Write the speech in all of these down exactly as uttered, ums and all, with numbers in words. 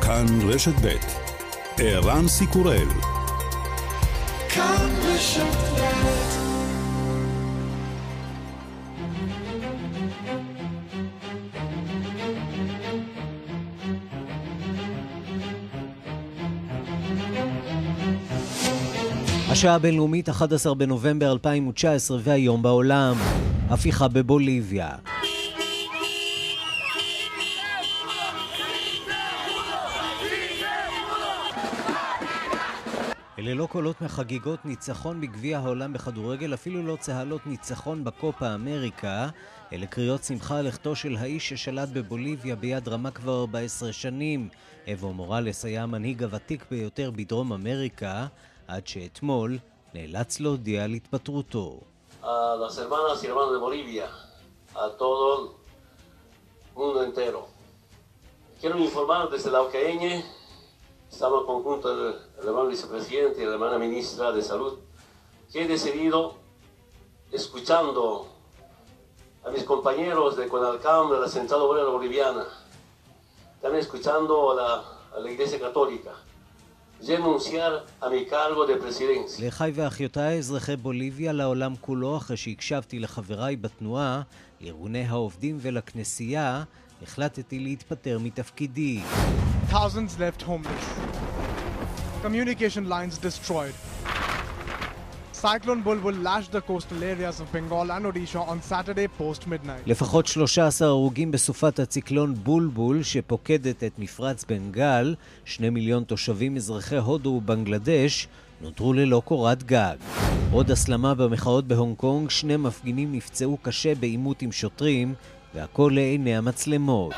כאן רשת ב' ערן סיקורל. כאן רשת ב'. השעה הבינלאומית אחד עשר בנובמבר אלפיים ותשע עשרה והיום בעולם. הפיכה בבוליביה. אלה לא קולות מחגיגות ניצחון בגביע העולם בכדורגל, אפילו לא צהלות ניצחון בקופה אמריקה. אלה קריאות שמחה על לכתו של האיש ששלט בבוליביה ביד רמה כבר ארבע עשרה שנים. אבו מורלס היה המנהיג הוותיק ביותר בדרום אמריקה, עד שאתמול נאלץ להודיע על התפטרותו. A las hermanas y hermanos de Bolivia, a todo el mundo entero. Quiero informar desde la O C A E, estamos conjunto el, el hermano vicepresidente y la hermana ministra de Salud, que he decidido, escuchando a mis compañeros de Conalcam, de la Central Obrera Boliviana, también escuchando a la, a la Iglesia Católica, renunciar a mi cargo de presidencia. לאחיי ואחיותיי אזרחי בוליביה, לעולם כולו, אחרי שהקשבתי לחבריי בתנועה, לארגוני העובדים ולכנסייה, החלטתי להתפטר מתפקידי. Thousands left homeless. Communication lines destroyed. Cyclone Bulbul lashed the coastal areas of Bengal and Odisha on Saturday post midnight. לפחות שלושה עשר הרוגים בסופת הציקלון בולבול שפוקדת את מפרץ בנגל. שני מיליון תושבים אזרחי הודו ובנגלדש נותרו ללא קורת גג. עוד הסלמה במחאות בהונג קונג, שני מפגינים נפצעו קשה בעימות עם שוטרים, והכל לעיני המצלמות.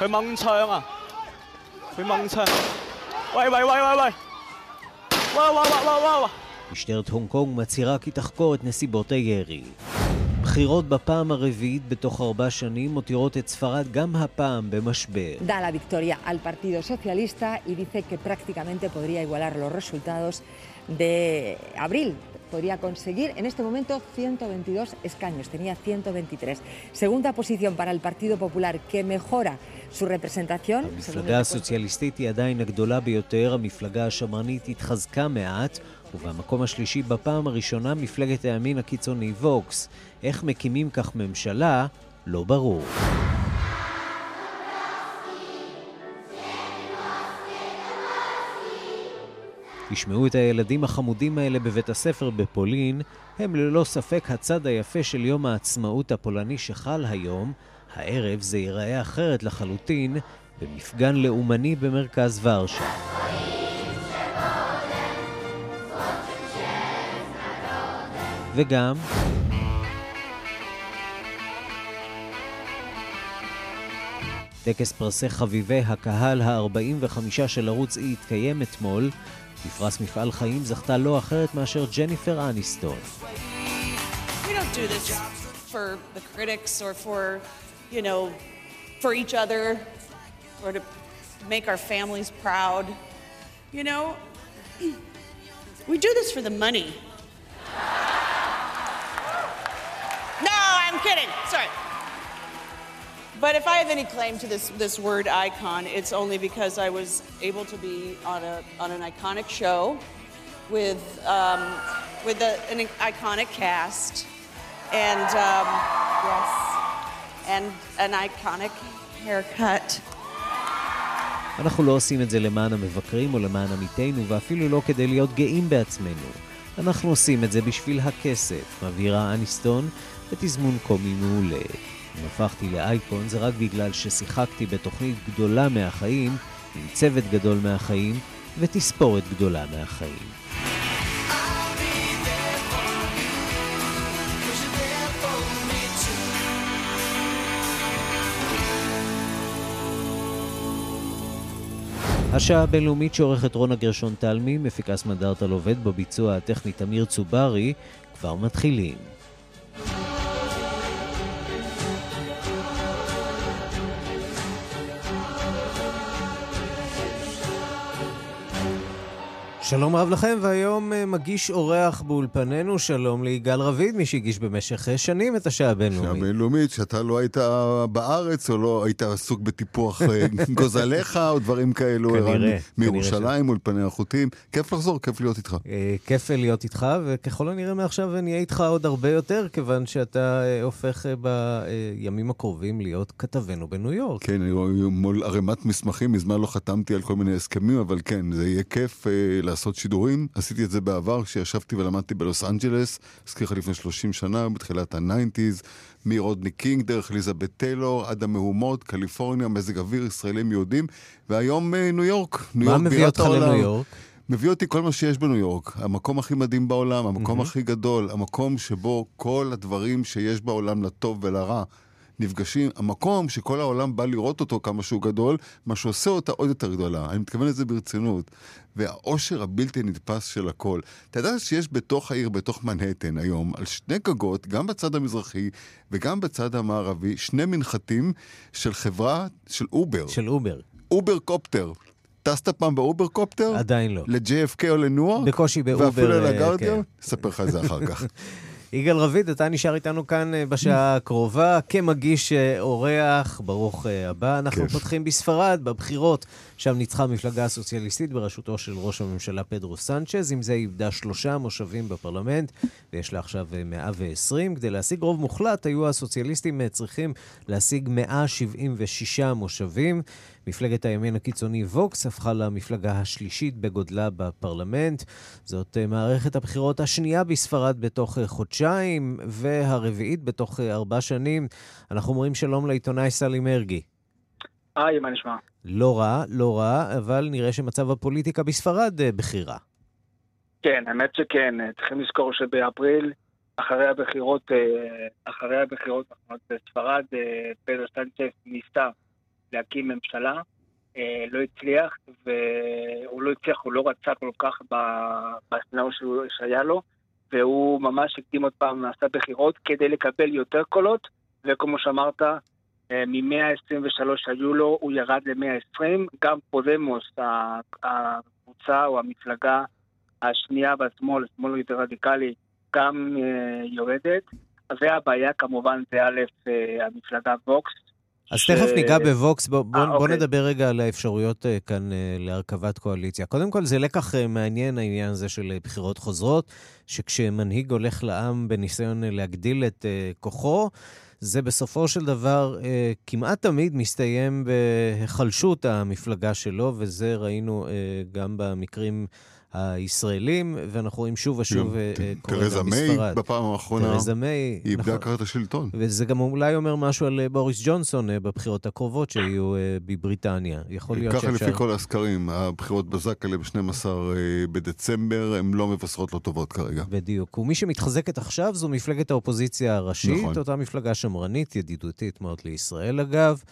משטרת הונג קונג מצהירה כי תחקור את נסיבות הירי. בחירות בפעם הרביעית בתוך ארבע שנים מותירות את ספרד גם הפעם במשבר. Da la victoria al Partido Socialista y dice que prácticamente podría igualar los resultados de abril. Podría conseguir en este momento ciento veintidós escaños, tenía ciento veintitrés. Segunda posición para el Partido Popular, que mejora su representación. המפלגה הסוציאליסטית היא עדיין הגדולה ביותר, המפלגה השמרנית התחזקה מעט, ובמקום השלישי בפעם הראשונה מפלגת הימין הקיצוני ווקס. איך מקימים כך ממשלה? לא ברור. תשמעו את הילדים החמודים האלה בבית הספר בפולין, הם ללא ספק הצד היפה של יום העצמאות הפולני שחל היום. הערב זה ייראה אחרת לחלוטין במפגן לאומני במרכז ורשה. וגם טקס פרסי חביבי הקהל ה-ארבעים וחמש של ערוץ E התקיים אתמול. בפרס מפעל חיים זכתה לא אחרת מאשר ג'ניפר אניסטון. We don't do this for the critics or for, you know, for each other or to make our families proud. You know, we do this for the money. No, I'm kidding. Sorry. But if I have any claim to this this word icon, it's only because I was able to be on a on an iconic show with um, with a, an iconic cast and um, yes, and an iconic haircut. אנחנו לא עושים את זה למען המבקרים או למען עמיתינו, ואפילו לא כדי להיות גאים בעצמנו. אנחנו עושים את זה בשביל הכסף, מבהירה אניסטון, ותזמון קומי מעולה. אם הפכתי לאייקון זה רק בגלל ששיחקתי בתוכנית גדולה מהחיים, עם צוות גדול מהחיים, ותספורת גדולה מהחיים. השעה הבינלאומית שעורכת רונה גרשון תלמי, מפיקס מדארטל עובד בביצוע הטכני תמיר צוברי, כבר מתחילים. שלום רב לכם, והיום מגיש אורח באולפנינו. שלום ליגאל רביד, מי שהגיש במשך שנים את השעה הבינלאומית. השעה הבינלאומית, שאתה לא היית בארץ, או לא היית עסוק בטיפוח גוזליך, או דברים כאלו. כנראה. מירושלים, אולפני החוטים. כיף לחזור, כיף להיות איתך. כיף להיות איתך, וככל הנראה מעכשיו נהיה איתך עוד הרבה יותר, כיוון שאתה הופך בימים הקרובים להיות כתבנו בניו יורק. כן, אני מול ערימת מסמכים, מזמן לא חתמתי על כל מיני הסכמים, אבל כן, זה יהיה כיף לעשות שידורים. עשיתי את זה בעבר כשישבתי ולמדתי בלוס אנג'לס, הזכיר לך לפני שלושים שנה, בתחילת ה-תשעים, מרודני קינג, דרך אליזבת טיילור, עד המהומות, קליפורניה, מזג אוויר, ישראלים יהודים, והיום ניו יורק. מה מביא אותך לניו יורק? מביא אותי כל מה שיש בניו יורק. המקום הכי מדהים בעולם, המקום mm-hmm. הכי גדול, המקום שבו כל הדברים שיש בעולם לטוב ולרע נפגשים, המקום שכל העולם בא לראות אותו כמה שהוא גדול, מה שעושה אותה עוד יותר גדולה. אני מתכוון לזה ברצינות. והאושר הבלתי נתפס של הכל. אתה יודע שיש בתוך העיר, בתוך מנהטן היום, על שני גגות, גם בצד המזרחי וגם בצד המערבי, שני מנחתים של חברה של אובר. של אובר. אובר קופטר. טסת פעם באובר קופטר? עדיין לא. ל-ג'יי אף קיי או לניו-יורק? בקושי באובר. ואפילו לגרדיאן? אספר לך את זה אחר כך. יגאל רביד, אתה נשאר איתנו כאן בשעה הקרובה, כמגיש אורח, ברוך הבא. אנחנו פותחים בספרד, בבחירות, שם ניצחה המפלגה הסוציאליסטית בראשותו של ראש הממשלה פדרו סנצ'ז, עם זה איבדה שלושה מושבים בפרלמנט, ויש לה עכשיו מאה ועשרים. כדי להשיג רוב מוחלט, היו הסוציאליסטים צריכים להשיג מאה שבעים ושישה מושבים. מפלגת הימין הקיצוני ווקס הפכה למפלגה השלישית בגודלה בפרלמנט. זאת מערכת הבחירות השנייה בספרד בתוך חודשיים, והרביעית בתוך ארבע שנים. אנחנו אומרים שלום לעיתונאי סלי מרגי. היי, מה נשמע? לא רע, לא רע, אבל נראה שמצב הפוליטיקה בספרד בחירה. כן, האמת שכן. צריכים לזכור שבאפריל, אחרי הבחירות, אחרי הבחירות בספרד, פדרו סנצ'ז ניסה להקים ממשלה, לא הצליח, והוא לא הצליח, הוא לא רצה כל כך בסנאו שהיה לו, והוא ממש הקדים עוד פעם נעשה בחירות כדי לקבל יותר קולות, וכמו שאמרת, מ-מאה עשרים ושלוש היו לו, הוא ירד ל-מאה ועשרים, גם פודמוס, הקבוצה או המפלגה השנייה בשמאל, שמאל יותר רדיקלי, גם יורדת, והבעיה כמובן זה א', המפלגה ווקס, אז תכף ניגע בווקס, בוא נדבר רגע על האפשרויות כאן להרכבת קואליציה. קודם כל זה לקח מעניין העניין הזה של בחירות חוזרות, שכשמנהיג הולך לעם בניסיון להגדיל את כוחו, זה בסופו של דבר כמעט תמיד מסתיים בהחלשות המפלגה שלו, וזה ראינו גם במקרים הישראלים, ואנחנו רואים שוב ושוב קורה גם בספרד. תרזה מיי בפעם האחרונה, תרזה מיי, היא איבדה כרת השלטון. וזה גם אולי אומר משהו על בוריס ג'ונסון בבחירות הקרובות שיהיו בבריטניה. יכול להיות ככה שאפשר... לפי כל הסקרים, הבחירות בזק האלה ב-שנים עשר בדצמבר, הן לא מבשרות לא טובות כרגע. בדיוק. ומי שמתחזקת עכשיו זו מפלגת האופוזיציה הראשית, נכון. אותה מפלגה שמרנית, ידידותית מאוד לישראל אגב.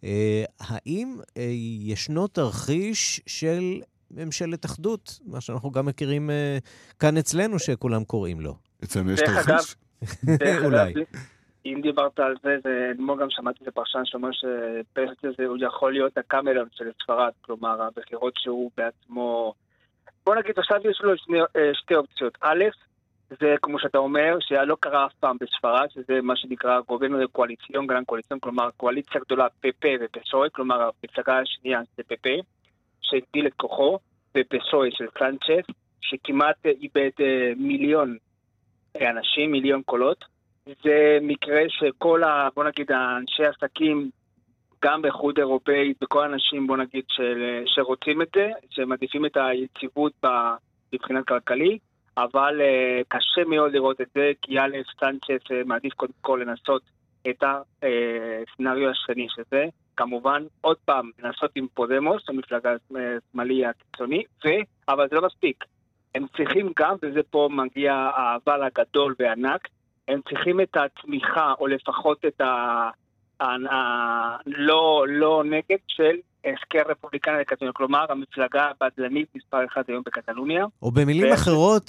האם ישנו תרחיש של ממשלת אחדות, מה שאנחנו גם מכירים uh, כאן אצלנו, שכולם קוראים לו. אצלנו יש תרחיש? אולי. אם דיברת על זה, זה כמו גם שמעתי לפרשן שאומר שפרסט הזה הוא יכול להיות הקאמלר של ספרד, כלומר, הבחירות שהוא בעצמו... בוא נגיד, עכשיו יש לו שני, שתי אופציות. א', זה כמו שאתה אומר, שלא קרה אף פעם בספרד, שזה מה שנקרא גוברנו לקואליציון, גרן קואליציון, כלומר, קואליציה גדולה פפה ופסוי, כלומר, המפלגה השנייה זה פפה, שהגדיל את כוחו, בפסוי של סנצ'ז, שכמעט איבד מיליון אנשים, מיליון קולות. זה מקרה שכל, ה, בוא נגיד, האנשי עסקים, גם באיחוד אירופאי, וכל האנשים, בוא נגיד, של, שרוצים את זה, שמעדיפים את היציבות מבחינת כלכלי, אבל קשה מאוד לראות את זה, כי א' סנצ'ז מעדיף קודם כל לנסות את הסנריו השני שזה, כמובן, עוד פעם, לנסות עם פודמוס, המפלגה השמאלי הקיצוני, ו... אבל זה לא מספיק. הם צריכים גם, וזה פה מגיע האבל הגדול וענק, הם צריכים את התמיכה, או לפחות את ה... ה... ה... לא, לא נגד של אסקר רפובליקנה לקטלוניה, כלומר המפלגה הבדלנית מספר אחד היום בקטלוניה. או במילים אחרות,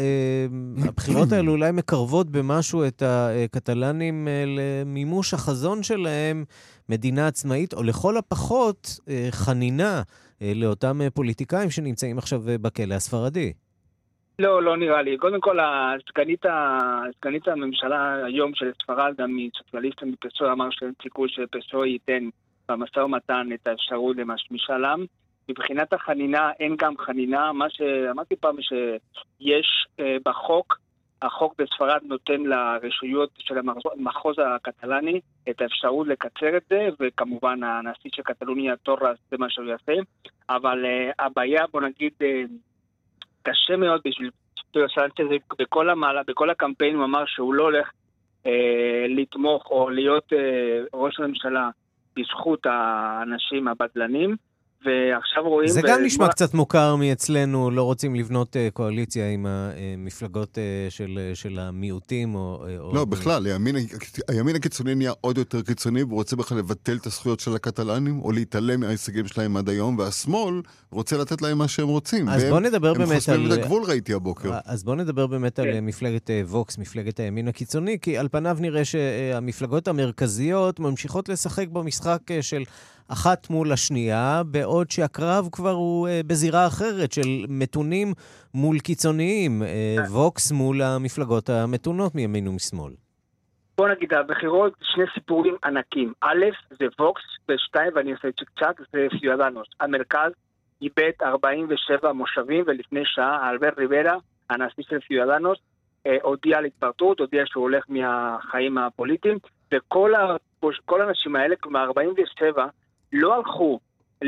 הבחירות האלו אולי מקרבות במשהו את הקטלנים למימוש החזון שלהם, מדינה עצמאית, או לכל הפחות חנינה לאותם פוליטיקאים שנמצאים עכשיו בכלא הספרדי. לא, לא נראה לי. קודם כל, הסגנית, הסגנית הממשלה היום של ספרד, גם מסוציאליסט מפסוי, אמר שאין סיכוי שפסוי ייתן במשא ומתן את האפשרות למשאל עם. מבחינת החנינה, אין גם חנינה. מה שאמרתי פעם שיש אה, בחוק, החוק בספרד נותן לרשויות של המחוז הקטלני את האפשרות לקצר את זה, וכמובן הנשיא של קטלוניה, טורס, זה מה שהוא יעשה. אבל אה, הבעיה, בוא נגיד, אה, קשה מאוד בשביל פרסנטה, בכל המעלה, בכל הקמפיין הוא אמר שהוא לא הולך אה, לתמוך או להיות אה, ראש הממשלה בזכות האנשים הבדלנים, ועכשיו רואים... זה גם נשמע קצת מוכר מאצלנו, לא רוצים לבנות קואליציה עם המפלגות של המיעוטים או... לא, בכלל, הימין הקיצוני נהיה עוד יותר קיצוני, והוא רוצה בכלל לבטל את הזכויות של הקטלנים, או להתעלם מההישגים שלהם עד היום, והשמאל רוצה לתת להם מה שהם רוצים. אז בוא נדבר באמת על... הם חוסמים את הגבול, ראיתי הבוקר. אז בוא נדבר באמת על מפלגת ווקס, מפלגת הימין הקיצוני, כי על פניו נראה שהמפלגות המרכזיות ממשיכות לשחק במשחק של אחת מול השנייה, בעוד שהקרב כבר הוא בזירה אחרת של מתונים מול קיצוניים, ווקס מול המפלגות המתונות מימין ומשמאל. בוא נגיד, הבחירות, שני סיפורים ענקים. א', זה ווקס, ושתיים, ואני אעשה צ'ק צ'ק, זה סיודנוס. המרכז איבד ארבעים ושבע מושבים, ולפני שעה, אלבר ריברה, הנשיא של סיודנוס, הודיע על התפרטות, הודיע שהוא הולך מהחיים הפוליטיים, וכל ה... כל האנשים האלה, כלומר ארבעים ושבע, לא הלכו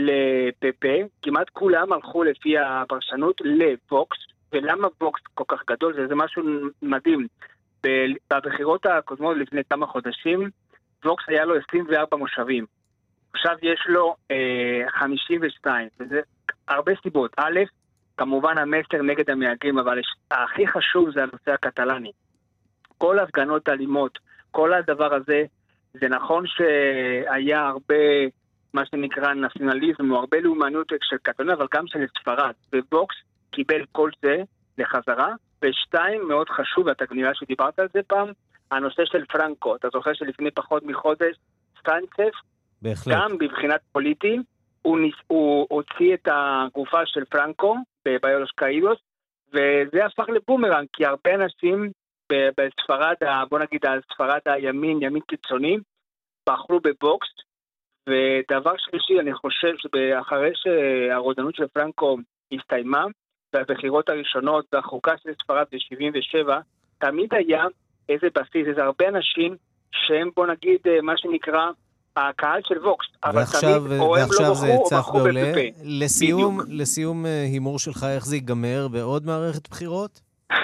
לפפה, כמעט כולם הלכו לפי הפרשנות לווקס, ולמה ווקס כל כך גדול? זה, זה משהו מדהים. בבחירות הקודמות לפני כמה חודשים, ווקס היה לו עשרים וארבע מושבים. עכשיו יש לו אה, חמישים ושתיים, וזה הרבה סיבות. א', כמובן המסר נגד המהגרים, אבל הכי חשוב זה הנושא הקטלני. כל הפגנות אלימות, כל הדבר הזה, זה נכון שהיה הרבה... מה שנקרא נציונליזם, או הרבה לאומנות של קטלוניה, אבל גם של ספרד. וווקס קיבל כל זה לחזרה, ושתיים, מאוד חשוב, ואתה נראה שדיברת על זה פעם, הנושא של פרנקו. אתה זוכר שלפני פחות מחודש, סטנצף, גם בבחינת פוליטי, הוא, ניס, הוא הוציא את הגופה של פרנקו, בביולוס קאידוס, וזה הפך לבומרנג, כי הרבה אנשים בספרד, בוא נגיד, ספרד הימין, ימין קיצוני, בחרו בווקס, ודבר שלישי, אני חושב שאחרי שהרודנות של פרנקו הסתיימה, והבחירות הראשונות והחוקה של ספרד ב-שבעים ושבע, תמיד היה איזה בסיס, איזה הרבה אנשים שהם, בוא נגיד, מה שנקרא, הקהל של ווקס. ועכשיו, ועכשיו זה צף בעולה. לסיום, לסיום הימור שלך, איך זה ייגמר בעוד מערכת בחירות?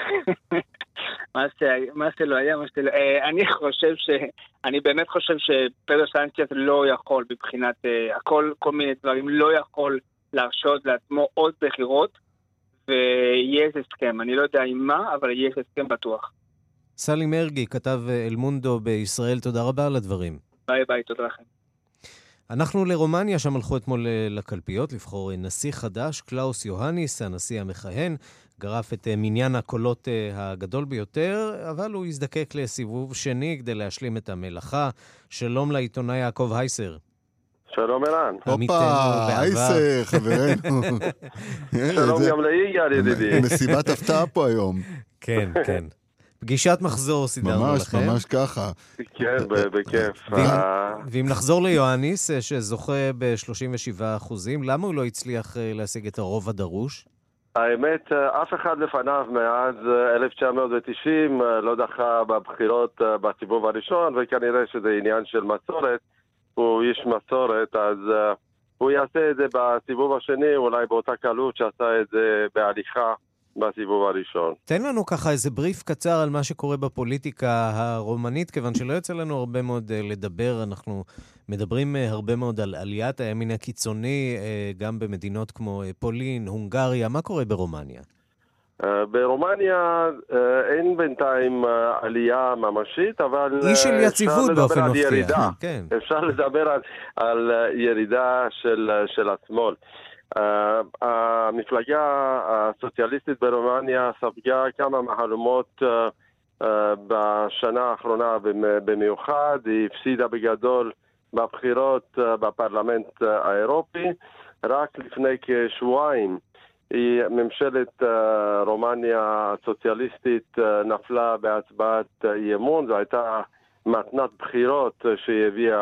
מה זה לא היה, מה זה לא... אני חושב ש... אני באמת חושב שפדרו סנצ'ז לא יכול בבחינת הכל, כל מיני דברים, לא יכול להרשות לעצמו עוד בחירות, ויהיה איזה הסכם. אני לא יודע עם מה, אבל יהיה איזה הסכם בטוח. סלי מרגי, כתב אל מונדו בישראל, תודה רבה על הדברים. ביי ביי, תודה לכם. אנחנו לרומניה, שם הלכו אתמול לקלפיות לבחור נשיא חדש, קלאוס יוהניס, הנשיא המכהן, גרף את מניין הקולות הגדול ביותר, אבל הוא יזדקק לסיבוב שני כדי להשלים את המלאכה. שלום לעיתונאי יעקב הייסר. שלום אלן. הופה, הייסר, חברנו. שלום גם ליגאל ידידי. מסיבת הפתעה פה היום. כן, כן. פגישת מחזור סידרנו לכם. ממש, ממש ככה. כן, בכיף. ואם נחזור ליואניס, שזוכה ב-שלושים ושבעה אחוזים, למה הוא לא הצליח להשיג את הרוב הדרוש? האמת, אף אחד לפניו מאז אלף תשע מאות תשעים לא דחה בבחירות בסיבוב הראשון, וכנראה שזה עניין של מסורת. הוא איש מסורת, אז הוא יעשה את זה בסיבוב השני, אולי באותה קלות שעשה את זה בהליכה בסיבוב הראשון. תן לנו ככה איזה בריף קצר על מה שקורה בפוליטיקה הרומנית, כיוון שלא יוצא לנו הרבה מאוד לדבר. אנחנו מדברים הרבה מאוד על עליית הימין הקיצוני, גם במדינות כמו פולין, הונגריה. מה קורה ברומניה? ברומניה אין בינתיים עלייה ממשית, אבל אי של יציבות באופן על מפתיע. ירידה. כן. אפשר לדבר על, על ירידה של, של השמאל. Uh, המפלגה הסוציאליסטית ברומניה ספגה כמה מהלומות uh, uh, בשנה האחרונה במיוחד. היא הפסידה בגדול בבחירות uh, בפרלמנט uh, האירופי. רק לפני כשבועיים היא ממשלת uh, רומניה הסוציאליסטית uh, נפלה בהצבעת אי אמון. זו הייתה מתנת בחירות uh, שהיא הביאה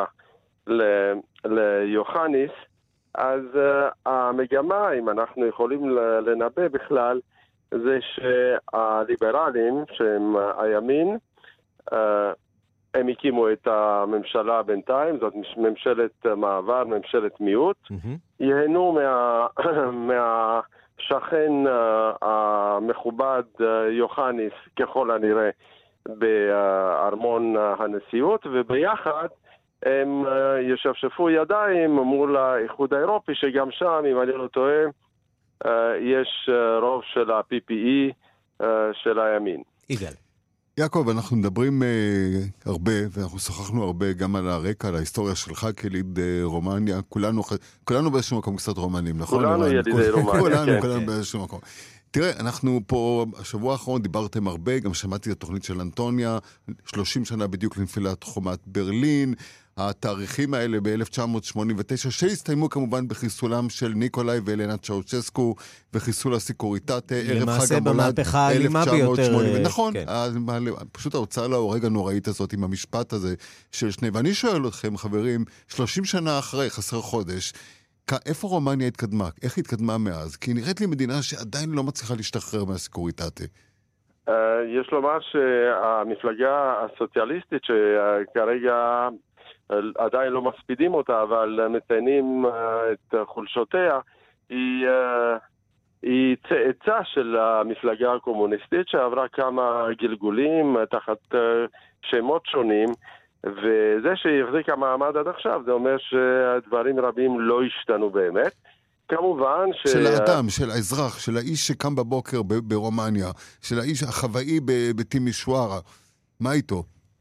ליוחניס. אז uh, המגמה, אם אנחנו יכולים לנבא בכלל, זה שהליברלים, שהם הימין, uh, הם הקימו את הממשלה בינתיים, זאת ממשלת מעבר, ממשלת מיעוט, mm-hmm. ייהנו מה, מהשכן uh, המכובד uh, יוחניס ככל הנראה בארמון uh, הנשיאות, וביחד הם ישפשפו ידיים מול האיחוד האירופי, שגם שם, אם אני לא טועה, יש רוב של ה-פי פי אי של הימין. יגאל. יעקב, אנחנו מדברים uh, הרבה, ואנחנו שוחחנו הרבה גם על הרקע, על ההיסטוריה שלך כליד uh, רומניה. כולנו, כולנו באיזשהו מקום קצת רומנים, נכון? כולנו ילידי רומניה. כולנו, כולנו באיזשהו מקום. תראה, אנחנו פה, השבוע האחרון דיברתם הרבה, גם שמעתי את התוכנית של אנטוניה, שלושים שנה בדיוק לנפילת חומת ברלין, התאריכים האלה ב-אלף תשע מאות שמונים ותשע, שהסתיימו כמובן בחיסולם של ניקולאי ואלנה צ'אוצ'סקו, וחיסול הסיקוריטטה, ערב חג המולד, במהפכה האלימה ביותר. נכון, כן. פשוט ההוצאה להורג הנוראית הזאת עם המשפט הזה של שני, ואני שואל אתכם, חברים, שלושים שנה אחרי, חסר חודש, איפה רומניה התקדמה? איך התקדמה מאז? כי נראית לי מדינה שעדיין לא מצליחה להשתחרר מהסיקוריטטה. יש לומר שהמפלגה הסוציאליסטית שכרגע עדיין לא מספידים אותה, אבל מציינים את חולשותיה, היא, היא צאצא של המפלגה הקומוניסטית שעברה כמה גלגולים תחת שמות שונים, וזה שהחזיק המעמד עד עכשיו, זה אומר שהדברים רבים לא השתנו באמת. כמובן ש... של האדם, של האזרח, של האיש שקם בבוקר ב- ברומניה, של האיש החוואי בטימישוארה, מה איתו?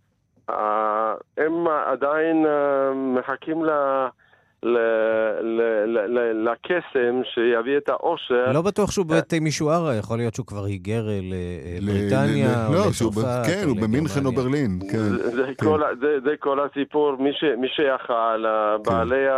הם עדיין מחכים ל... לקסם שיביא את האושר. לא בטוח שהוא בטימישוארה, יכול להיות שהוא כבר היגר לבריטניה או לצרפת. כן, הוא במינכן או ברלין. זה כל הסיפור, מי שיכל, בעלי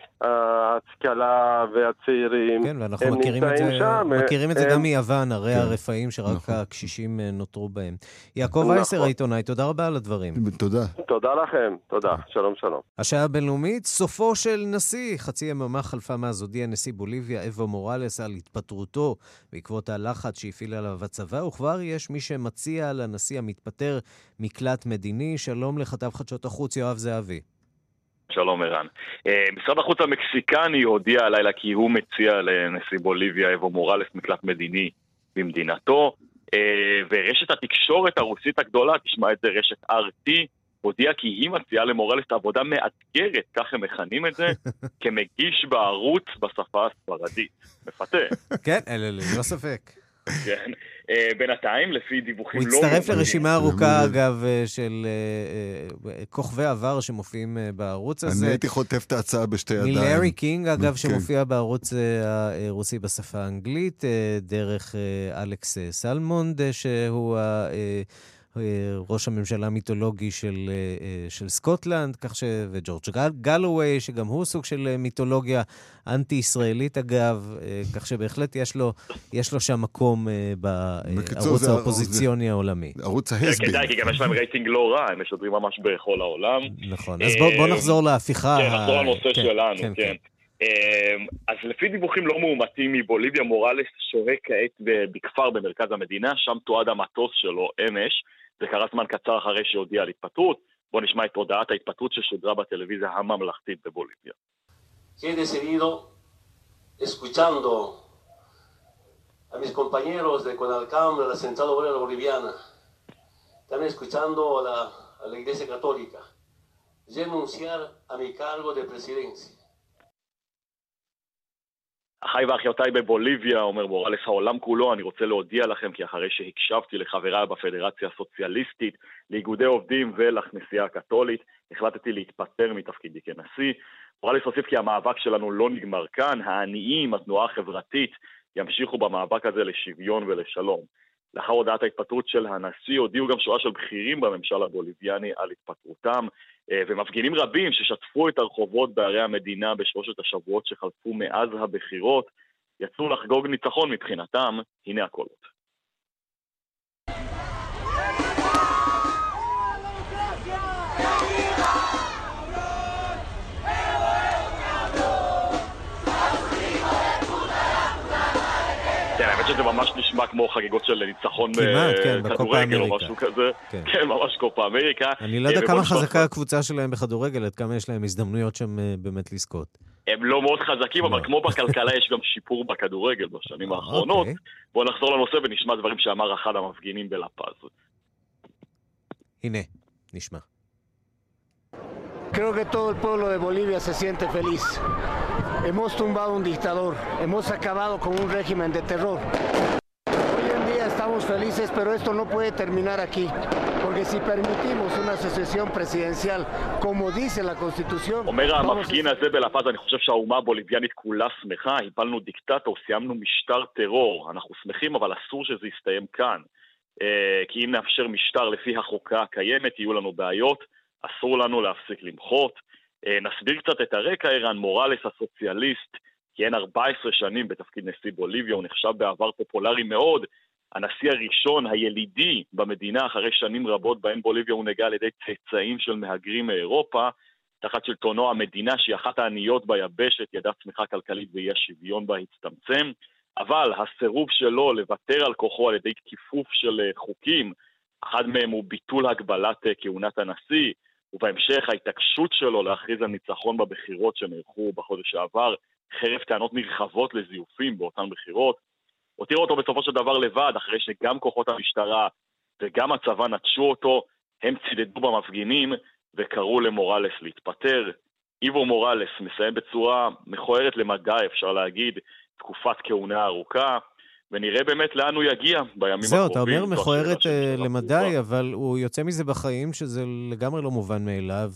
ההשכלה והצעירים, כן, ואנחנו מכירים את זה גם מיוון, הרי הרפאים שרק הקשישים נותרו בהם. יעקב וייסר העיתונאי, תודה רבה על הדברים. תודה. תודה לכם, תודה, שלום שלום. השעה הבינלאומית, סופו של נשיא. חצי יממה חלפה מאז הודיע נשיא בוליביה אבו מורלס על התפטרותו בעקבות הלחץ שהפעיל עליו הצבא, וכבר יש מי שמציע לנשיא המתפטר מקלט מדיני. שלום לכתב חדשות החוץ יואב זהבי. שלום ערן. משרד החוץ המקסיקני הודיע הלילה כי הוא מציע לנשיא בוליביה אבו מורלס מקלט מדיני במדינתו, ורשת התקשורת הרוסית הגדולה, תשמע את זה רשת אר טי, הודיע כי היא מציעה למורלס עבודה מאתגרת, כך הם מכנים את זה, כמגיש בערוץ בשפה הספרדית. מפתה. כן, לא ספק. כן. בינתיים, לפי דיווחים לא... הוא הצטרף לרשימה ארוכה, אגב, של כוכבי עבר שמופיעים בערוץ הזה. אני הייתי חוטף את ההצעה בשתי ידיים. מלארי קינג, אגב, שמופיע בערוץ הרוסי בשפה האנגלית, דרך אלכס סלמונד, שהוא ראש הממשלה המיתולוגי של, של סקוטלנד, כך ש... וג'ורג' גלווי, שגם הוא סוג של מיתולוגיה אנטי-ישראלית, אגב, כך שבהחלט יש לו, יש לו שם מקום בערוץ האופוזיציוני העולמי. ערוץ ההסבי. כדאי, כי גם יש להם רייטינג לא רע, הם משדרים ממש בכל העולם. נכון, אז בוא, בוא נחזור להפיכה. כן, נחזור לנושא שלנו, כן. כן. אז לפי דיווחים לא מאומתים מבוליביה, מורלס שוהה כעת בכפר במרכז המדינה, שם תועד המטוס שלו אמש, זה קרה זמן קצר אחרי שהודיע על התפטרות. בוא נשמע את הודעת ההתפטרות ששודרה בטלוויזיה הממלכתית בבוליביה. He decidido, escuchando a mis compañeros de CONALCAM, de la Central Obrera Boliviana, también escuchando a la, a la Iglesia Católica, renunciar a mi cargo de presidencia. אחיי ואחיותיי בבוליביה, אומר מורלס, העולם כולו, אני רוצה להודיע לכם כי אחרי שהקשבתי לחבריי בפדרציה הסוציאליסטית, לאיגודי עובדים ולכנסייה הקתולית, החלטתי להתפטר מתפקידי כנשיא. מורלס הוסיף כי המאבק שלנו לא נגמר כאן, העניים, התנועה החברתית, ימשיכו במאבק הזה לשוויון ולשלום. לאחר הודעת ההתפטרות של הנשיא, הודיעו גם שורה של בכירים בממשל הבוליביאני על התפטרותם, ומפגינים רבים ששטפו את הרחובות בערי המדינה בשלושת השבועות שחלפו מאז הבחירות, יצאו לחגוג ניצחון מבחינתם. הנה הקולות. שזה ממש נשמע כמו חגיגות של ניצחון בכדורגל או משהו כזה. כן, ממש קופה אמריקה. אני לא יודע כמה חזקה הקבוצה שלהם בכדורגל, עד כמה יש להם הזדמנויות שם באמת לזכות. הם לא מאוד חזקים, אבל כמו בכלכלה יש גם שיפור בכדורגל בשנים האחרונות. בואו נחזור לנושא ונשמע דברים שאמר אחד המפגינים בלפז. הנה, נשמע. Creo que todo el pueblo de Bolivia se siente feliz. Hemos tumbado un dictador, hemos acabado con un régimen de terror. Hoy en día estamos felices, pero esto no puede terminar aquí, porque si permitimos una sucesión presidencial, como dice la Constitución... אומר המפגין הזה בלפז, אני חושב שהאומה הבוליביאנית כולה שמחה, הפלנו דיקטטור, סיימנו משטר טרור, אנחנו שמחים, אבל אסור שזה יסתיים כאן, כי אם נאפשר משטר לפי החוקה הקיימת, יהיו לנו בעיות, אסור לנו להפסיק למחות. נסביר קצת את הרקע. ערן מורלס הסוציאליסט כיהן ארבע עשרה שנים בתפקיד נשיא בוליביה, הוא נחשב בעבר פופולרי מאוד, הנשיא הראשון הילידי במדינה אחרי שנים רבות בהן בוליביה הוא נגע על ידי צאצאים של מהגרים מאירופה. תחת שלטונו המדינה שהיא אחת העניות ביבשת ידעה צמיחה כלכלית ואי השוויון בה הצטמצם, אבל הסירוב שלו לוותר על כוחו על ידי כיפוף של חוקים, אחד מהם הוא ביטול הגבלת כהונת הנשיא, ובהמשך ההתעקשות שלו להכריז על ניצחון בבחירות שנערכו בחודש שעבר, חרף טענות נרחבות לזיופים באותן בחירות. הותיר אותו בסופו של דבר לבד, אחרי שגם כוחות המשטרה וגם הצבא נטשו אותו, הם צידדו במפגינים וקראו למורלס להתפטר. איבו מורלס מסיים בצורה מכוערת למדי, אפשר להגיד, תקופת כהונה ארוכה, ונראה באמת לאן הוא יגיע בימים זהו, הקרובים. זהו, אתה אומר מכוערת למדי, אבל הוא יוצא מזה בחיים שזה לגמרי לא מובן מאליו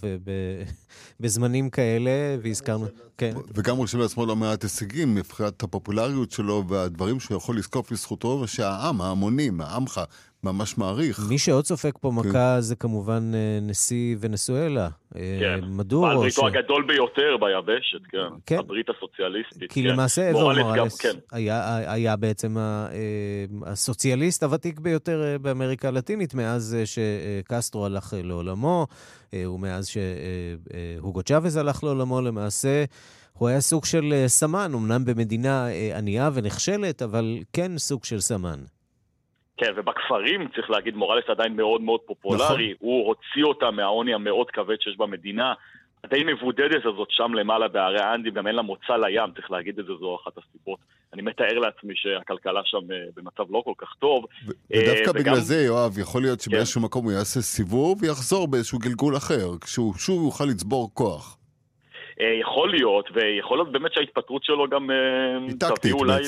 בזמנים כאלה, והזכרנו... וגם הוא חושב לעצמו לא מעט הישגים, מבחינת הפופולריות שלו והדברים שהוא יכול לזקוף לזכותו, ושהעם, ההמונים, העמך, ממש מעריך. מי שעוד סופק פה מכה זה כמובן נשיא ונצואלה. כן, מדורו. בעל בריתו הגדול ביותר ביבשת, כן. הברית הסוציאליסטית. כי למעשה אבו מורלס היה בעצם הסוציאליסט הוותיק ביותר באמריקה הלטינית, מאז שקסטרו הלך לעולמו, ומאז שהוגו צ'אבז הלך לעולמו, למעשה הוא היה סוג של סמן, אמנם במדינה ענייה ונחשלת, אבל כן סוג של סמן. כן, ובכפרים, צריך להגיד, מורלס עדיין מאוד מאוד פופולרי, נכון. הוא הוציא אותה מהעוני המאוד כבד שיש במדינה, עדיין מבודדת הזאת שם למעלה בערי האנדים, גם אין לה מוצא לים, צריך להגיד את זה, זו אחת הסיבות. אני מתאר לעצמי שהכלכלה שם במצב לא כל כך טוב. ו- ודווקא וגם... בגלל זה, יואב, יכול להיות שבאיזשהו כן. מקום הוא יעשה סיבוב ויחזור באיזשהו גלגול אחר, כשהוא שוב יוכל לצבור כוח. יכול להיות, ויכול להיות באמת שההתפטרות שלו גם תביא אולי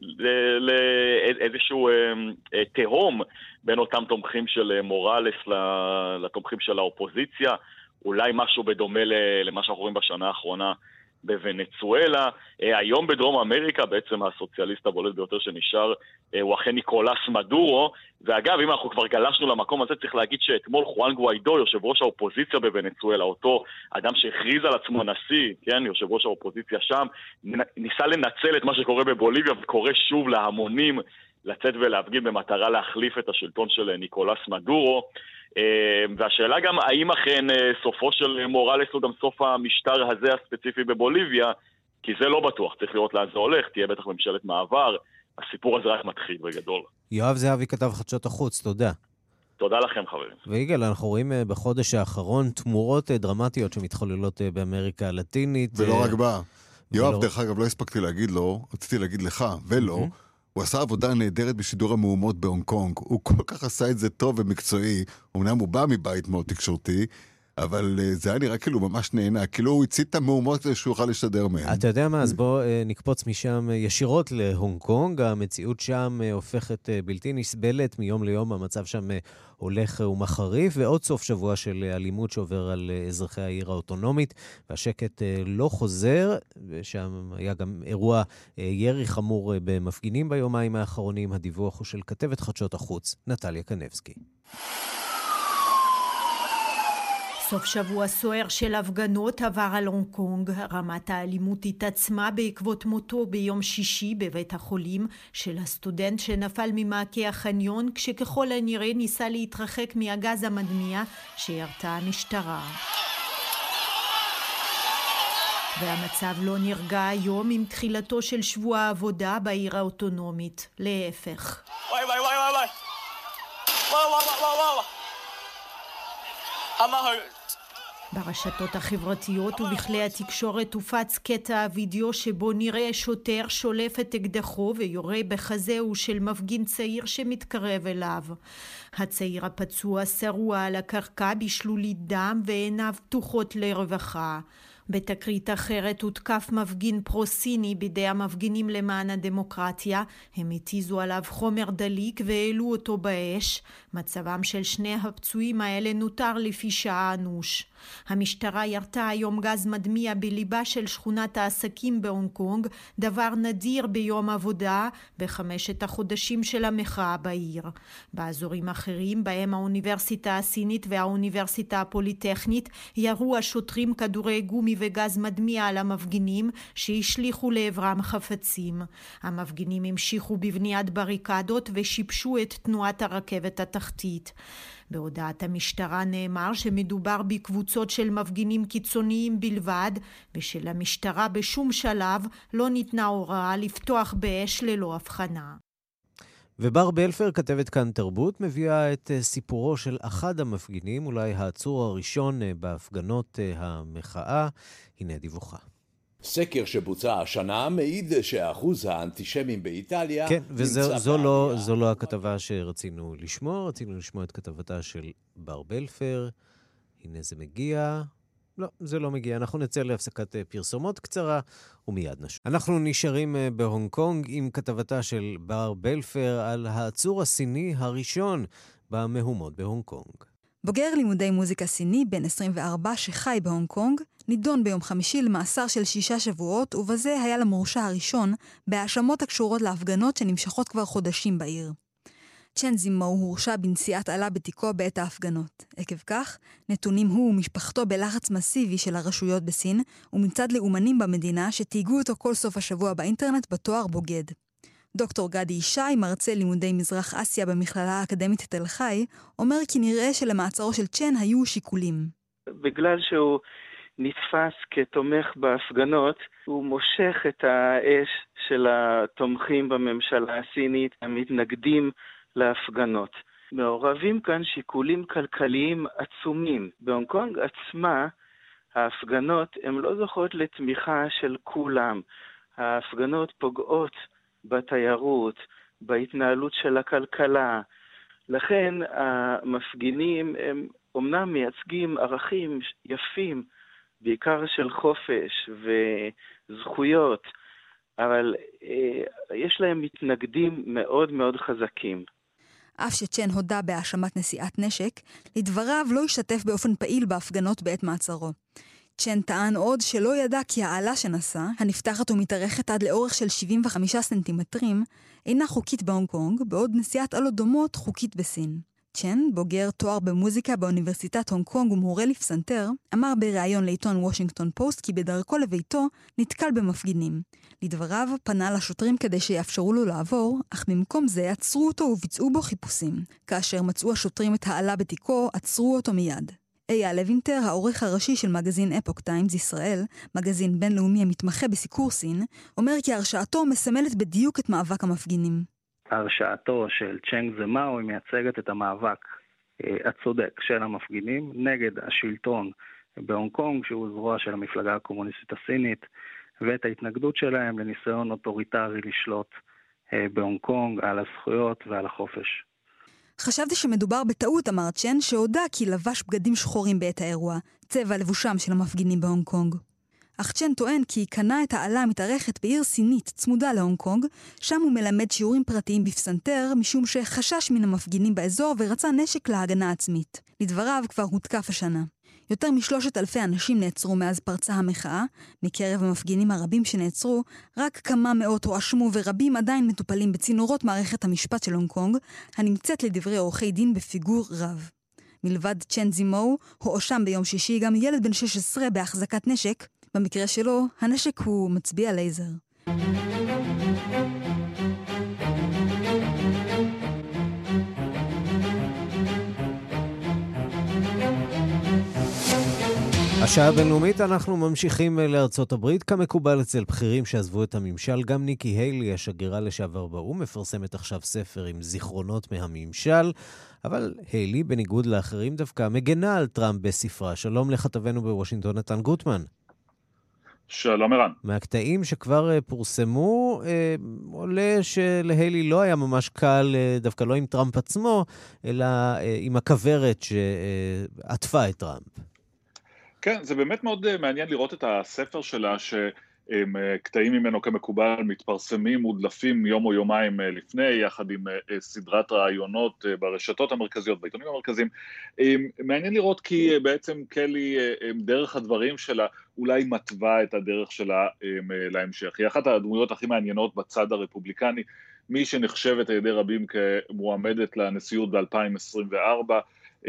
לאיזשהו תהום בין אותם תומכים של מורלס לתומכים של האופוזיציה, אולי משהו בדומה למה שאנחנו רואים בשנה האחרונה בוונצואלה. היום בדרום אמריקה בעצם הסוציאליסט הבולט ביותר שנשאר הוא אכן ניקולס מדורו, ואגב אם אנחנו כבר גלשנו למקום הזה צריך להגיד שאתמול חואן גואידו, יושב ראש האופוזיציה בוונצואלה, אותו אדם שהכריז על עצמו נשיא, כן, יושב ראש האופוזיציה שם, ניסה לנצל את מה שקורה בבוליביה וקורא שוב להמונים לצאת ולהפגין במטרה להחליף את השלטון של ניקולס מדורו. והשאלה גם האם אכן סופו של מורלס הוא גם סוף המשטר הזה הספציפי בבוליביה, כי זה לא בטוח, צריך לראות לאן זה הולך, תהיה בטח ממשלת מעבר, הסיפור הזה רק מתחיל בגדול. יואב זהבי כתב חדשות החוץ, תודה. תודה לכם חברים. ויגאל, אנחנו רואים בחודש האחרון תמורות דרמטיות שמתחוללות באמריקה הלטינית. ולא רק בה. יואב, דרך אגב, לא הספקתי להגיד לו, רציתי להגיד לך ולא, הוא עשה עבודה נהדרת בשידור המהומות בהונג קונג. הוא כל כך עשה את זה טוב ומקצועי. אמנם הוא בא מבית מאוד תקשורתי, אבל זה היה נראה כאילו ממש נהנה, כאילו הוא הצית את המהומות שהוא יוכל להשתדר מהן. אתה יודע מה, אז בוא נקפוץ משם ישירות להונג קונג, המציאות שם הופכת בלתי נסבלת מיום ליום, המצב שם הולך ומחריף, ועוד סוף שבוע של אלימות שעובר על אזרחי העיר האוטונומית, והשקט לא חוזר, ושם היה גם אירוע ירי חמור במפגינים ביומיים האחרונים. הדיווח הוא של כתבת חדשות החוץ, נטליה קנבסקי. סוף שבוע סוער של הפגנות עבר על הונג קונג. רמת האלימות התעצמה בעקבות מותו ביום שישי בבית החולים של הסטודנט שנפל ממעקה החניון, כשככל הנראה ניסה להתרחק מהגז המדמיע שירתה המשטרה. והמצב לא נרגע היום עם תחילתו של שבוע העבודה בעיר האוטונומית. להפך. וואי וואי וואי וואי וואי וואי וואי וואי וואי ברשתות החברתיות ובכלי התקשורת הופץ קטע הוידאו שבו נראה שוטר שולף את אקדחו ויורה בחזהו של מפגין צעיר שמתקרב אליו. הצעיר הפצוע שרוע על הקרקע בשלולית דם ועיניו פתוחות לרווחה. בתקרית אחרת הותקף מפגין פרו-סיני בידי המפגינים למען הדמוקרטיה. הם התיזו עליו חומר דליק והעלו אותו באש. מצבם של שני הפצועים האלה נותר לפי שעה אנוש. המשטרה ירתה היום גז מדמיע בליבה של שכונת העסקים בהונג קונג, דבר נדיר ביום עבודה בחמשת החודשים של המחאה בעיר. באזורים אחרים, בהם האוניברסיטה הסינית והאוניברסיטה הפוליטכנית, ירו השוטרים כדורי גומי וגז מדמיע על המפגינים שהשליחו לעברם חפצים. המפגינים המשיכו בבניית בריקדות ושיבשו את תנועת הרכבת התחתית. בהודעת המשטרה נאמר שמדובר בקבוצות של מפגינים קיצוניים בלבד, ושל המשטרה בשום שלב לא ניתנה הוראה לפתוח באש ללא הבחנה. ובר בלפר, כתבת כאן תרבות, מביאה את סיפורו של אחד המפגינים, אולי העצור הראשון בהפגנות המחאה. הנה דיווחה. סקר שבוצע השנה מעיד שאחוז האנטישמים באיטליה... כן, וזו לא, זו לא הכתבה שרצינו לשמוע, רצינו לשמוע את כתבתה של בר בלפר. הנה זה מגיע. לא, זה לא מגיע. אנחנו נצא להפסקת פרסומות קצרה ומיד נשוב. אנחנו נשארים בהונג קונג עם כתבתה של בר בלפר על העצור הסיני הראשון במהומות בהונג קונג. בוגר לימודי מוזיקה סיני בן עשרים וארבע שחי בהונג קונג, נידון ביום חמישי למאסר של שישה שבועות, ובזה היה למורשע הראשון בהאשמות הקשורות להפגנות שנמשכות כבר חודשים בעיר. צ'ן זימו הורשע בנשיאת עלה בתיקו בעת ההפגנות. עקב כך, נתונים הוא ומשפחתו בלחץ מסיבי של הרשויות בסין, ומצד לאומנים במדינה שתיגעו אותו כל סוף השבוע באינטרנט בתואר בוגד. דוקטור גדי ישי, מרצה לימודי מזרח אסיה במכללה האקדמית תל חי, אומר כי נראה שלמעצרו של צ'ן היו שיקולים. בגלל שהוא נתפס כתומך בהפגנות, הוא מושך את האש של התומכים בממשלה הסינית, המתנגדים להפגנות. מעורבים כאן שיקולים כלכליים עצומים. בהונג קונג עצמה, ההפגנות הן לא זוכות לתמיכה של כולם. ההפגנות פוגעות בתיירות, בהתנהלות של הכלכלה. לכן המפגינים הם אומנם מייצגים ערכים יפים, בעיקר של חופש וזכויות, אבל אה, יש להם מתנגדים מאוד מאוד חזקים. אף שצ'ן הודה בהאשמת נשיאת נשק, לדבריו לא השתתף באופן פעיל בהפגנות בעת מעצרו. צ'ן טען עוד שלא ידע כי העלה שנשא, הנפתחת ומתארכת עד לאורך של שבעים וחמישה סנטימטרים, אינה חוקית בהונג קונג, בעוד נשיאת עלות דומות חוקית בסין. צ'ן, בוגר תואר במוזיקה באוניברסיטת הונג קונג ומורה לפסנתר, אמר בריאיון לעיתון וושינגטון פוסט כי בדרכו לביתו נתקל במפגינים. לדבריו פנה לשוטרים כדי שיאפשרו לו לעבור, אך במקום זה עצרו אותו וביצעו בו חיפושים. כאשר מצאו השוטרים את העלה בתיקו, עצרו אותו מיד. אייל לוינטר, העורך הראשי של מגזין אפוק טיימס ישראל, מגזין בינלאומי המתמחה בסיקור סין, אומר כי הרשעתו מסמלת בדיוק את מאבק המפגינים. הרשעתו של צ'נג זמאו היא מייצגת את המאבק אה, הצודק של המפגינים נגד השלטון בהונג קונג, שהוא זרוע של המפלגה הקומוניסטית הסינית, ואת ההתנגדות שלהם לניסיון אוטוריטרי לשלוט אה, בהונג קונג על הזכויות ועל החופש. חשבתי שמדובר בטעות, אמר צ'ן, שהודע כי לבש בגדים שחורים בעת האירוע, צבע לבושם של המפגינים בהונג קונג. אך צ'ן טוען כי קנה את העלה המתארכת בעיר סינית צמודה להונג קונג, שם הוא מלמד שיעורים פרטיים בפסנתר, משום שחשש מן המפגינים באזור ורצה נשק להגנה עצמית. לדבריו כבר הותקף השנה. יותר משלושת אלפי אנשים נעצרו מאז פרצה המחאה. מקרב המפגינים הרבים שנעצרו, רק כמה מאות הואשמו ורבים עדיין מטופלים בצינורות מערכת המשפט של הונג קונג, הנמצאת לדברי עורכי דין בפיגור רב. מלבד צ'ן זימו, הואשם ביום שישי גם ילד בן שש עשרה בהחזקת נשק. במקרה שלו, הנשק הוא מצביע לייזר. השעה הבינלאומית, אנחנו ממשיכים לארצות הברית. כמקובל אצל בכירים שעזבו את הממשל, גם ניקי היילי, השגרירה לשעבר באו"ם, מפרסמת עכשיו ספר עם זיכרונות מהממשל, אבל היילי, בניגוד לאחרים, דווקא מגנה על טראמפ בספרה. שלום לכתבנו בוושינגטון, נתן גוטמן. שלום ערן. מהקטעים שכבר פורסמו, עולה שלהיילי לא היה ממש קל, דווקא לא עם טראמפ עצמו, אלא עם הכברת שעטפה את טראמפ. כן, זה באמת מאוד מעניין לראות את הספר שלה, שקטעים ממנו כמקובל מתפרסמים, מודלפים יום או יומיים לפני, יחד עם סדרת רעיונות ברשתות המרכזיות, בעיתונים המרכזיים. מעניין לראות כי בעצם קלי, דרך הדברים שלה, אולי מטבע את הדרך שלה להמשך. היא אחת הדמויות הכי מעניינות בצד הרפובליקני, מי שנחשבת על ידי רבים כמועמדת לנשיאות ב-אלפיים עשרים וארבע,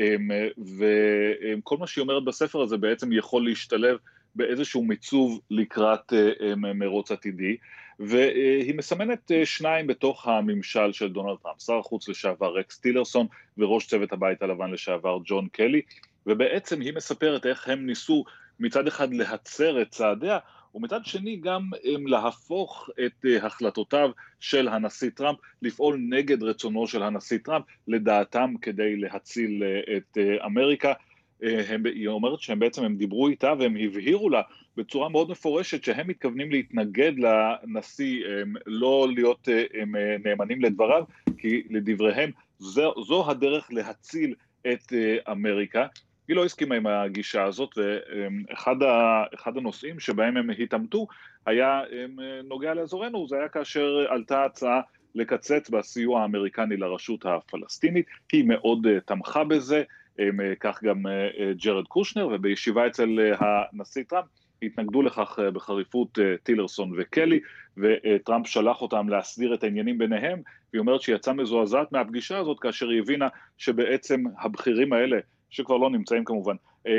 וכל מה שהיא אומרת בספר הזה בעצם יכול להשתלב באיזשהו מיצוב לקראת מרוץ עתידי, והיא מסמנת שניים בתוך הממשל של דונלד טראמפ, שר החוץ לשעבר רקס טילרסון וראש צוות הבית הלבן לשעבר ג'ון קלי, ובעצם היא מספרת איך הם ניסו מצד אחד להצר את צעדיה, ומצד שני גם להפוך את החלטותיו של הנשיא טראמפ, לפעול נגד רצונו של הנשיא טראמפ, לדעתם כדי להציל את אמריקה. הם, היא אומרת שהם בעצם הם דיברו איתה והם הבהירו לה בצורה מאוד מפורשת שהם מתכוונים להתנגד לנשיא, לא להיות נאמנים לדבריו, כי לדבריהם זו, זו הדרך להציל את אמריקה. היא לא הסכימה עם הגישה הזאת, ואחד ה, אחד הנושאים שבהם הם התעמתו היה נוגע לאזורנו, זה היה כאשר עלתה הצעה לקצץ בסיוע האמריקני לרשות הפלסטינית, היא מאוד תמכה בזה, כך גם ג'רד קושנר, ובישיבה אצל הנשיא טראמפ, התנגדו לכך בחריפות טילרסון וקלי, וטראמפ שלח אותם להסדיר את העניינים ביניהם, והיא אומרת שיצאה מזועזעת מהפגישה הזאת, כאשר היא הבינה שבעצם הבכירים האלה, שכבר לא נמצאים כמובן,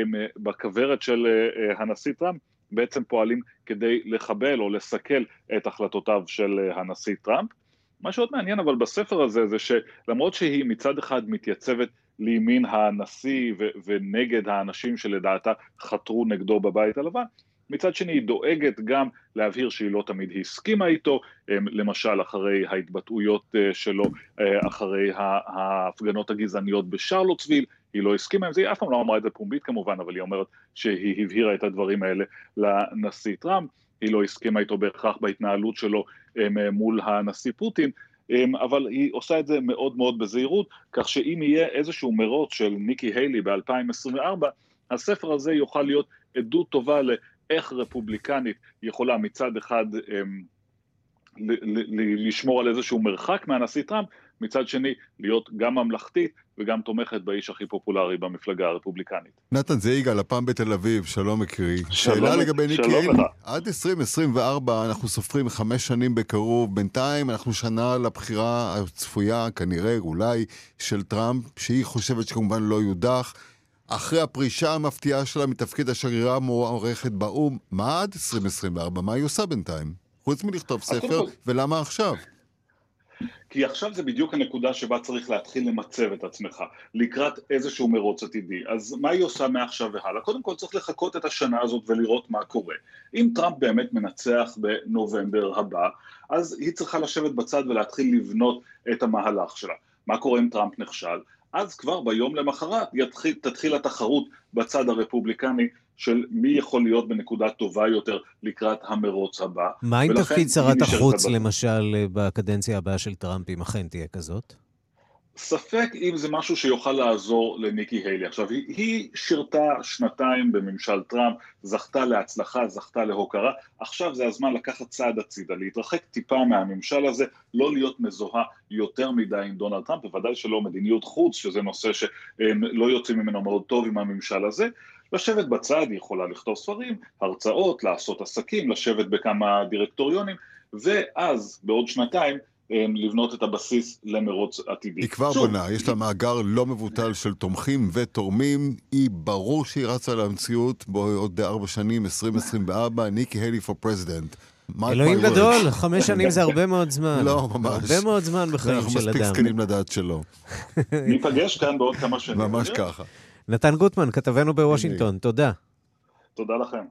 בכברת של הנשיא טראמפ, בעצם פועלים כדי לחבל או לסכל את החלטותיו של הנשיא טראמפ. מה שעוד מעניין אבל בספר הזה, זה שלמרות שהיא מצד אחד מתייצבת לימין הנשיא ו- ונגד האנשים שלדעתה חתרו נגדו בבית הלבן, מצד שני היא דואגת גם להבהיר שהיא לא תמיד הסכימה איתו, למשל אחרי ההתבטאויות שלו, אחרי ההפגנות הגזעניות בשרלוטסוויל, היא לא הסכימה עם זה, היא אף פעם לא אמרה את זה פומבית כמובן, אבל היא אומרת שהיא הבהירה את הדברים האלה לנשיא טראמפ, היא לא הסכימה איתו בהכרח בהתנהלות שלו מול הנשיא פוטין, אבל היא עושה את זה מאוד מאוד בזהירות, כך שאם יהיה איזשהו מרוץ של ניקי היילי ב-אלפיים עשרים וארבע, הספר הזה יוכל להיות עדות טובה לאיך רפובליקנית יכולה מצד אחד לשמור על איזשהו מרחק מהנשיא טראמפ, מצד שני להיות גם ממלכתית וגם תומכת באיש הכי פופולרי במפלגה הרפובליקנית. נתן, זה יגאל, הפעם בתל אביב, שלום מקרי. שאלה לגבי ניקי היילי, עד עשרים עשרים וארבע אנחנו סופרים חמש שנים בקרוב, בינתיים אנחנו שנה לבחירה הצפויה, כנראה אולי, של טראמפ, שהיא חושבת שכמובן לא יודח, אחרי הפרישה המפתיעה שלה מתפקיד השגרירה המוערכת באו"ם, מה עד עשרים עשרים וארבע? מה היא עושה בינתיים? חוץ מלכתוב ספר, ולמה עכשיו? כי עכשיו זה בדיוק הנקודה שבה צריך להתחיל למצב את עצמך, לקראת איזשהו מרוץ עתידי. אז מה היא עושה מעכשיו והלאה? קודם כל צריך לחכות את השנה הזאת ולראות מה קורה. אם טראמפ באמת מנצח בנובמבר הבא, אז היא צריכה לשבת בצד ולהתחיל לבנות את המהלך שלה. מה קורה אם טראמפ נכשל? אז כבר ביום למחרת יתחיל, תתחיל התחרות בצד הרפובליקני של מי יכול להיות בנקודה טובה יותר לקראת המרוץ הבא. מה עם תפקיד שרת החוץ למשל בקדנציה הבאה של טראמפ, אם אכן תהיה כזאת? ספק אם זה משהו שיוכל לעזור לניקי היילי. עכשיו, היא, היא שירתה שנתיים בממשל טראמפ, זכתה להצלחה, זכתה להוקרה, עכשיו זה הזמן לקחת צעד הצידה, להתרחק טיפה מהממשל הזה, לא להיות מזוהה יותר מדי עם דונלד טראמפ, בוודאי שלא מדיניות חוץ, שזה נושא שלא יוצאים ממנו מאוד טוב עם הממשל הזה, לשבת בצד, היא יכולה לכתוב ספרים, הרצאות, לעשות עסקים, לשבת בכמה דירקטוריונים, ואז בעוד שנתיים, לבנות את הבסיס למרוץ עתידי. היא כבר בונה, יש לה מאגר לא מבוטל של תומכים ותורמים, היא ברור שהיא רצה למציאות, בעוד ארבע שנים, עשרים עשרים וארבע, ניקי היילי for president. אלוהים גדול, חמש שנים זה הרבה מאוד זמן. לא, ממש. הרבה מאוד זמן בחיים של אדם. אנחנו מספיק סקנים לדעת שלא. ניפגש כאן בעוד כמה שנים. ממש ככה. נתן גוטמן, כתבנו בוושינגטון, תודה. תודה לכם.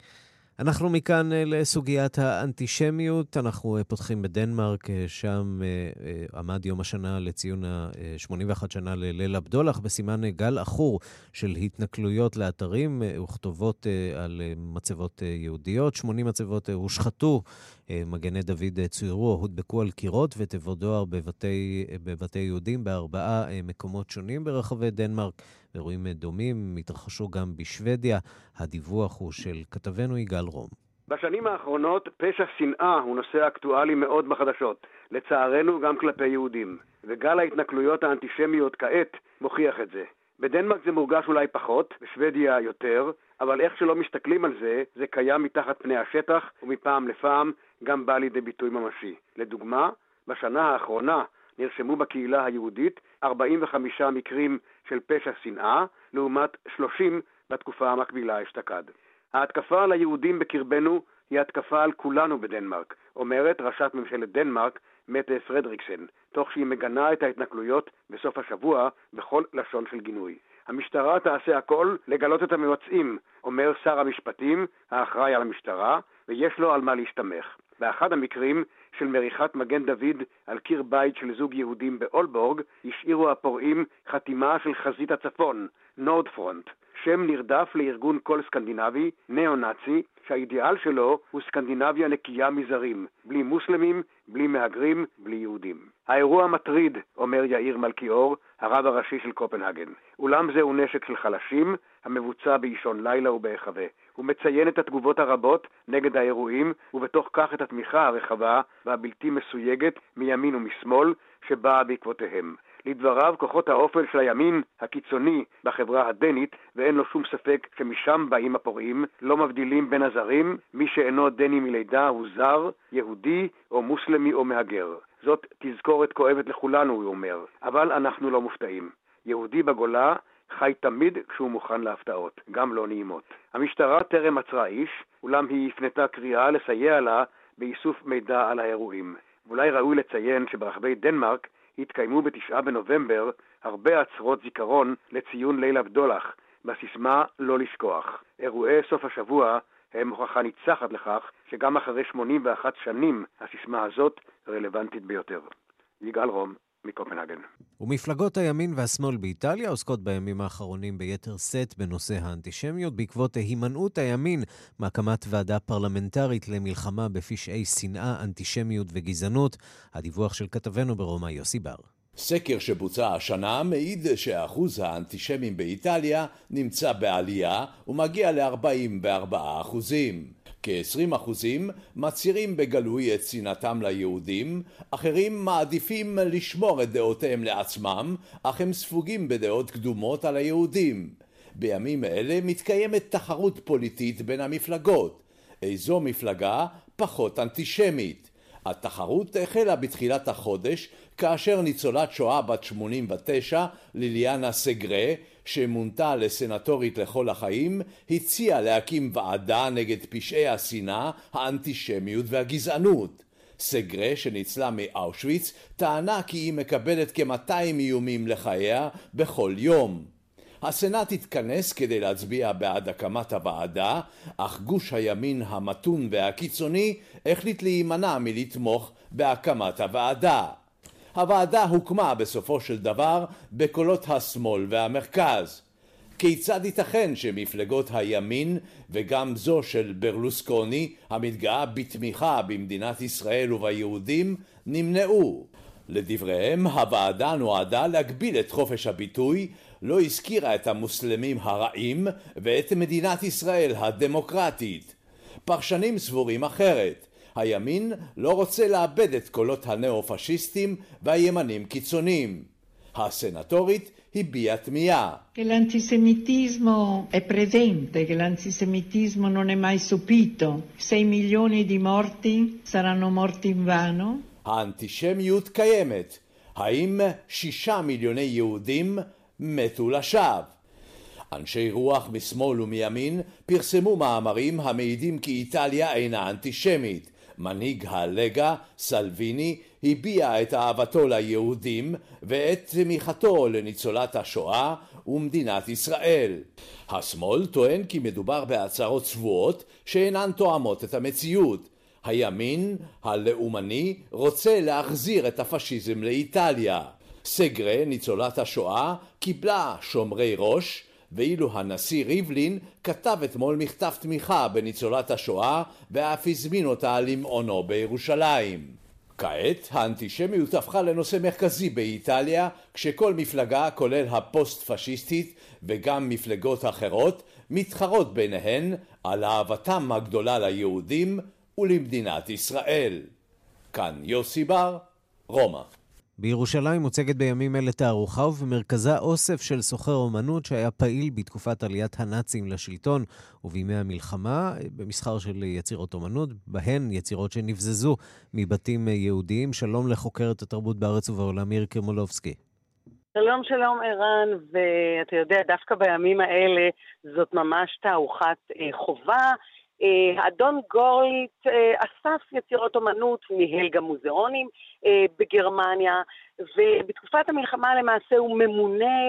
אנחנו מכאן לסוגיית האנטישמיות, אנחנו פותחים בדנמרק, שם עמד יום השנה לציון ה-שמונים ואחת שנה לליל הבדולח, בסימן גל אחור של התנכלויות לאתרים וכתובות על מצבות יהודיות, שמונים מצבות הושחתו, מגני דוד צוירו, הודבקו על קירות ותיבות דואר בבתי, בבתי יהודים בארבעה מקומות שונים ברחבי דנמרק. אירועים דומים התרחשו גם בשוודיה. הדיווח הוא של כתבנו יגאל רום. בשנים האחרונות פשע שנאה הוא נושא אקטואלי מאוד בחדשות, לצערנו גם כלפי יהודים, וגל ההתנכלויות האנטישמיות כעת מוכיח את זה. בדנמרק זה מורגש אולי פחות, בשוודיה יותר, אבל איך שלא מסתכלים על זה, זה קיים מתחת פני השטח, ומפעם לפעם גם בא לידי ביטוי ממשי. לדוגמה, בשנה האחרונה נרשמו בקהילה היהודית ארבעים וחמישה מקרים של פשע שנאה, לעומת שלושים בתקופה המקבילה אשתקד. ההתקפה על היהודים בקרבנו היא התקפה על כולנו בדנמרק, אומרת ראשת ממשלת דנמרק, מטה פרדריקסן, תוך שהיא מגנה את ההתנכלויות בסוף השבוע בכל לשון של גינוי. המשטרה תעשה הכל לגלות את המבצעים, אומר שר המשפטים, האחראי על המשטרה, ויש לו על מה להסתמך. באחד המקרים של מריחת מגן דוד על קיר בית של זוג יהודים באולבורג, השאירו הפורעים חתימה של חזית הצפון, נורדפרונט, שם נרדף לארגון כל סקנדינבי, נאו-נאצי, שהאידיאל שלו הוא סקנדינביה נקייה מזרים, בלי מוסלמים, בלי מהגרים, בלי יהודים. האירוע מטריד, אומר יאיר מלכיאור, הרב הראשי של קופנהגן. אולם זהו נשק של חלשים, המבוצע באישון לילה ובהיחווה. הוא מציין את התגובות הרבות נגד האירועים, ובתוך כך את התמיכה הרחבה והבלתי מסויגת מימין ומשמאל שבאה בעקבותיהם. לדבריו, כוחות האופל של הימין הקיצוני בחברה הדנית, ואין לו שום ספק שמשם באים הפורעים, לא מבדילים בין הזרים, מי שאינו דני מלידה הוא זר, יהודי או מוסלמי או מהגר. זאת תזכורת כואבת לכולנו, הוא אומר, אבל אנחנו לא מופתעים. יהודי בגולה חי תמיד כשהוא מוכן להפתעות, גם לא נעימות. המשטרה טרם עצרה איש, אולם היא הפנתה קריאה לסייע לה באיסוף מידע על האירועים. ואולי ראוי לציין שברחבי דנמרק התקיימו בתשעה בנובמבר הרבה עצרות זיכרון לציון ליל הבדולח, בסיסמה לא לשכוח. אירועי סוף השבוע הם הוכחה ניצחת לכך שגם אחרי שמונים ואחת שנים הסיסמה הזאת רלוונטית ביותר. יגאל רום מקופנהגן. ומפלגות הימין והשמאל באיטליה עוסקות בימים האחרונים ביתר סט בנושא האנטישמיות בעקבות הימנעות הימין מהקמת ועדה פרלמנטרית למלחמה בפשעי שנאה, אנטישמיות וגזענות. הדיווח של כתבנו ברומא יוסי בר. סקר שבוצע השנה מעיד שאחוז האנטישמים באיטליה נמצא בעלייה ומגיע ל-ארבעים וארבעה אחוזים. כ-עשרים אחוזים מצהירים בגלוי את שנאתם ליהודים, אחרים מעדיפים לשמור את דעותיהם לעצמם, אך הם ספוגים בדעות קדומות על היהודים. בימים אלה מתקיימת תחרות פוליטית בין המפלגות. איזו מפלגה פחות אנטישמית? התחרות החלה בתחילת החודש, כאשר ניצולת שואה בת שמונים ותשע, ליליאנה סגרה, שמונתה לסנטורית לכל החיים, הציעה להקים ועדה נגד פשעי השנאה, האנטישמיות והגזענות. סגרה, שניצלה מאושוויץ, טענה כי היא מקבלת כ-מאתיים איומים לחייה בכל יום. הסנאט התכנס כדי להצביע בעד הקמת הוועדה, אך גוש הימין המתון והקיצוני החליט להימנע מלתמוך בהקמת הוועדה. הוועדה הוקמה בסופו של דבר בקולות השמאל והמרכז. כיצד ייתכן שמפלגות הימין וגם זו של ברלוסקוני, המתגאה בתמיכה במדינת ישראל וביהודים, נמנעו? לדבריהם, הוועדה נועדה להגביל את חופש הביטוי, לא הזכירה את המוסלמים הרעים ואת מדינת ישראל הדמוקרטית. פרשנים סבורים אחרת. הימין לא רוצה לאבד את קולות הנאו-פשיסטים והימנים קיצוניים. הסנטורית הביעה תמיהה. Che l'antisemitismo è presente, che l'antisemitismo non è mai sopito. sei milioni di morti saranno morti in vano. האנטישמיות קיימת. האם שישה מיליוני יהודים מתו לשווא? אנשי רוח משמאל ומימין פרסמו מאמרים המעידים כי איטליה אינה אנטישמית. מנהיג הלגה, סלוויני, הביע את אהבתו ליהודים ואת תמיכתו לניצולת השואה ומדינת ישראל. השמאל טוען כי מדובר בהצהרות צבועות שאינן תואמות את המציאות. הימין הלאומני רוצה להחזיר את הפשיזם לאיטליה. סגרה, ניצולת השואה, קיבלה שומרי ראש, ואילו הנשיא ריבלין כתב אתמול מכתב תמיכה בניצולת השואה ואף הזמין אותה למעונו בירושלים. כעת האנטישמיות הפכה לנושא מרכזי באיטליה, כשכל מפלגה כולל הפוסט-פשיסטית וגם מפלגות אחרות מתחרות ביניהן על אהבתם הגדולה ליהודים ולמדינת ישראל. כאן יוסי בר, רומא. בירושלים מוצגת בימים אלה תערוכה ובמרכזה אוסף של סוחר אומנות שהיה פעיל בתקופת עליית הנאצים לשלטון ובימי המלחמה במסחר של יצירות אומנות, בהן יצירות שנבזזו מבתים יהודיים. שלום לחוקרת התרבות בארץ ובעולם מירי קרימולובסקי. שלום שלום ערן, ואתה יודע דווקא בימים האלה זאת ממש תערוכת אה, חובה. אדון גורליט אסף יצירות אומנות, ניהל גם מוזיאונים בגרמניה, ובתקופת המלחמה למעשה הוא ממונה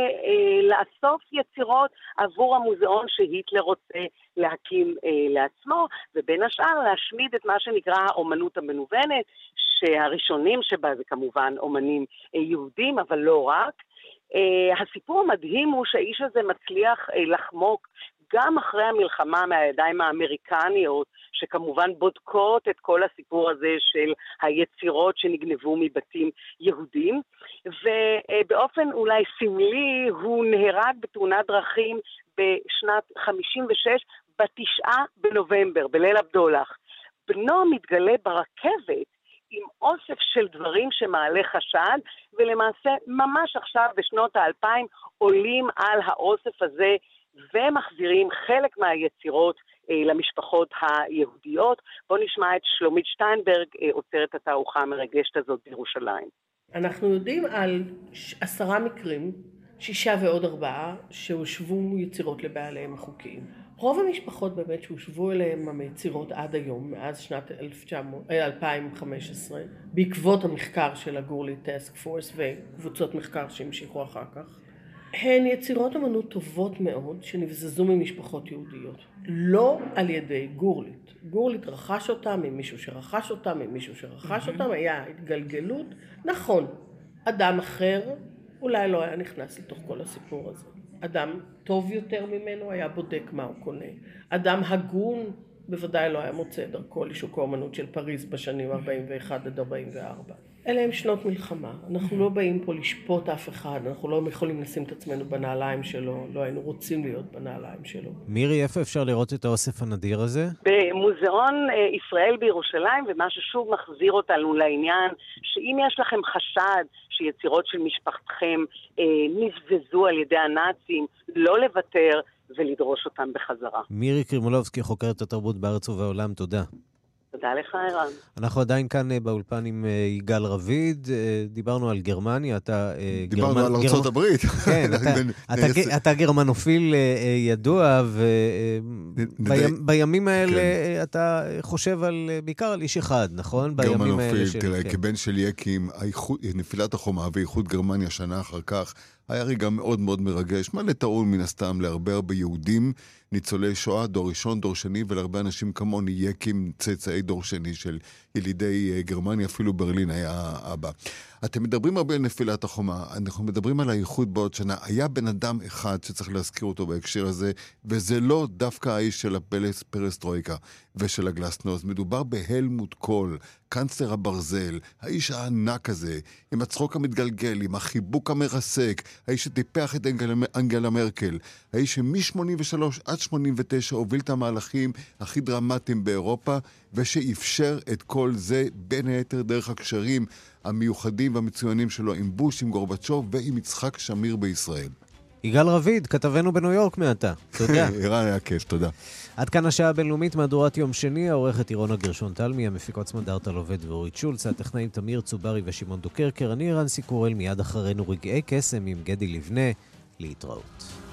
לאסוף יצירות עבור המוזיאון שהיטלר רוצה להקים לעצמו, ובין השאר להשמיד את מה שנקרא האומנות המנוונת, שהראשונים שבה זה כמובן אומנים יהודים, אבל לא רק. הסיפור המדהים הוא שהאיש הזה מצליח לחמוק גם אחרי המלחמה מהידיים האמריקניות, שכמובן בודקות את כל הסיפור הזה של היצירות שנגנבו מבתים יהודים, ובאופן אולי סמלי הוא נהרג בתאונת דרכים בשנת חמישים ושש, בתשעה בנובמבר, בליל הבדולח. בנו מתגלה ברכבת עם אוסף של דברים שמעלה חשד, ולמעשה ממש עכשיו בשנות האלפיים עולים על האוסף הזה ומחזירים חלק מהיצירות אה, למשפחות היהודיות. בוא נשמע את שלומית שטיינברג, אה, עוצרת התערוכה המרגשת הזאת בירושלים. אנחנו יודעים על עשרה מקרים, שישה ועוד ארבעה, שהושבו יצירות לבעליהם החוקיים. רוב המשפחות באמת שהושבו אליהם היצירות עד היום, מאז שנת אלפיים וחמש עשרה, בעקבות המחקר של הגורליט טסק פורס וקבוצות מחקר שהמשיכו אחר כך, הן יצירות אמנות טובות מאוד שנבזזו ממשפחות יהודיות. לא על ידי גורליט. גורליט רכש אותם ממישהו שרכש אותם, ממישהו שרכש אותם, היה התגלגלות. נכון, אדם אחר אולי לא היה נכנס לתוך כל הסיפור הזה. אדם טוב יותר ממנו היה בודק מה הוא קונה. אדם הגון בוודאי לא היה מוצא דרכו לשוק האמנות של פריז בשנים ארבעים ואחת עד ארבעים וארבע. אלה הם שנות מלחמה. אנחנו לא באים פה לשפוט אף אחד, אנחנו לא יכולים לשים את עצמנו בנעליים שלו, לא היינו רוצים להיות בנעליים שלו. מירי, איפה אפשר לראות את האוסף הנדיר הזה? במוזיאון ישראל בירושלים, ומה ששוב מחזיר אותנו לעניין, שאם יש לכם חשד שיצירות של משפחתכם אה, נבזזו על ידי הנאצים, לא לוותר ולדרוש אותם בחזרה. מירי קרימולובסקי, חוקרת התרבות בארץ ובעולם, תודה. תודה לך, ערן. אנחנו עדיין כאן באולפן עם יגאל רביד, דיברנו על גרמניה, אתה... דיברנו גרמנ... על ארצות גרמ... הברית. כן, אתה, אתה, אתה גרמנופיל ידוע, ובימים האלה כן. אתה חושב על, בעיקר על איש אחד, נכון? גרמנופיל, תראה, כן. כבן של יקים, נפילת החומה ואיחוד גרמניה שנה אחר כך, היה רגע מאוד מאוד מרגש, מה לטעון מן הסתם להרבה הרבה יהודים, ניצולי שואה, דור ראשון, דור שני, ולהרבה אנשים כמוני, יקים, צאצאי דור שני של ילידי גרמניה, אפילו ברלין היה האבא. אתם מדברים הרבה על נפילת החומה, אנחנו מדברים על האיחוד בעוד שנה. היה בן אדם אחד שצריך להזכיר אותו בהקשר הזה, וזה לא דווקא האיש של הפרסטרויקה ושל הגלסנוז. מדובר בהלמוט קול, קנצלר הברזל, האיש הענק הזה, עם הצחוק המתגלגל, עם החיבוק המרסק, האיש שטיפח את אנגלה, אנגלה מרקל, האיש שמ-שמונים ושלוש עד שמונים ותשע הוביל את המהלכים הכי דרמטיים באירופה, ושאפשר את כל זה בין היתר דרך הקשרים המיוחדים והמצוינים שלו עם בוש, עם גורבצ'וב ועם יצחק שמיר בישראל. יגאל רביד, כתבנו בניו יורק מעתה. תודה. אירן היה כיף, תודה. עד כאן השעה הבינלאומית מהדורת יום שני, העורכת אירונה גרשון תלמי, המפיקות סמדארטה לובד ואורית שולץ, הטכנאים תמיר צוברי ושמעון דוקרקר, אני אירן סיקורל, מיד אחרינו רגעי קסם עם גדי לבנה, להתראות.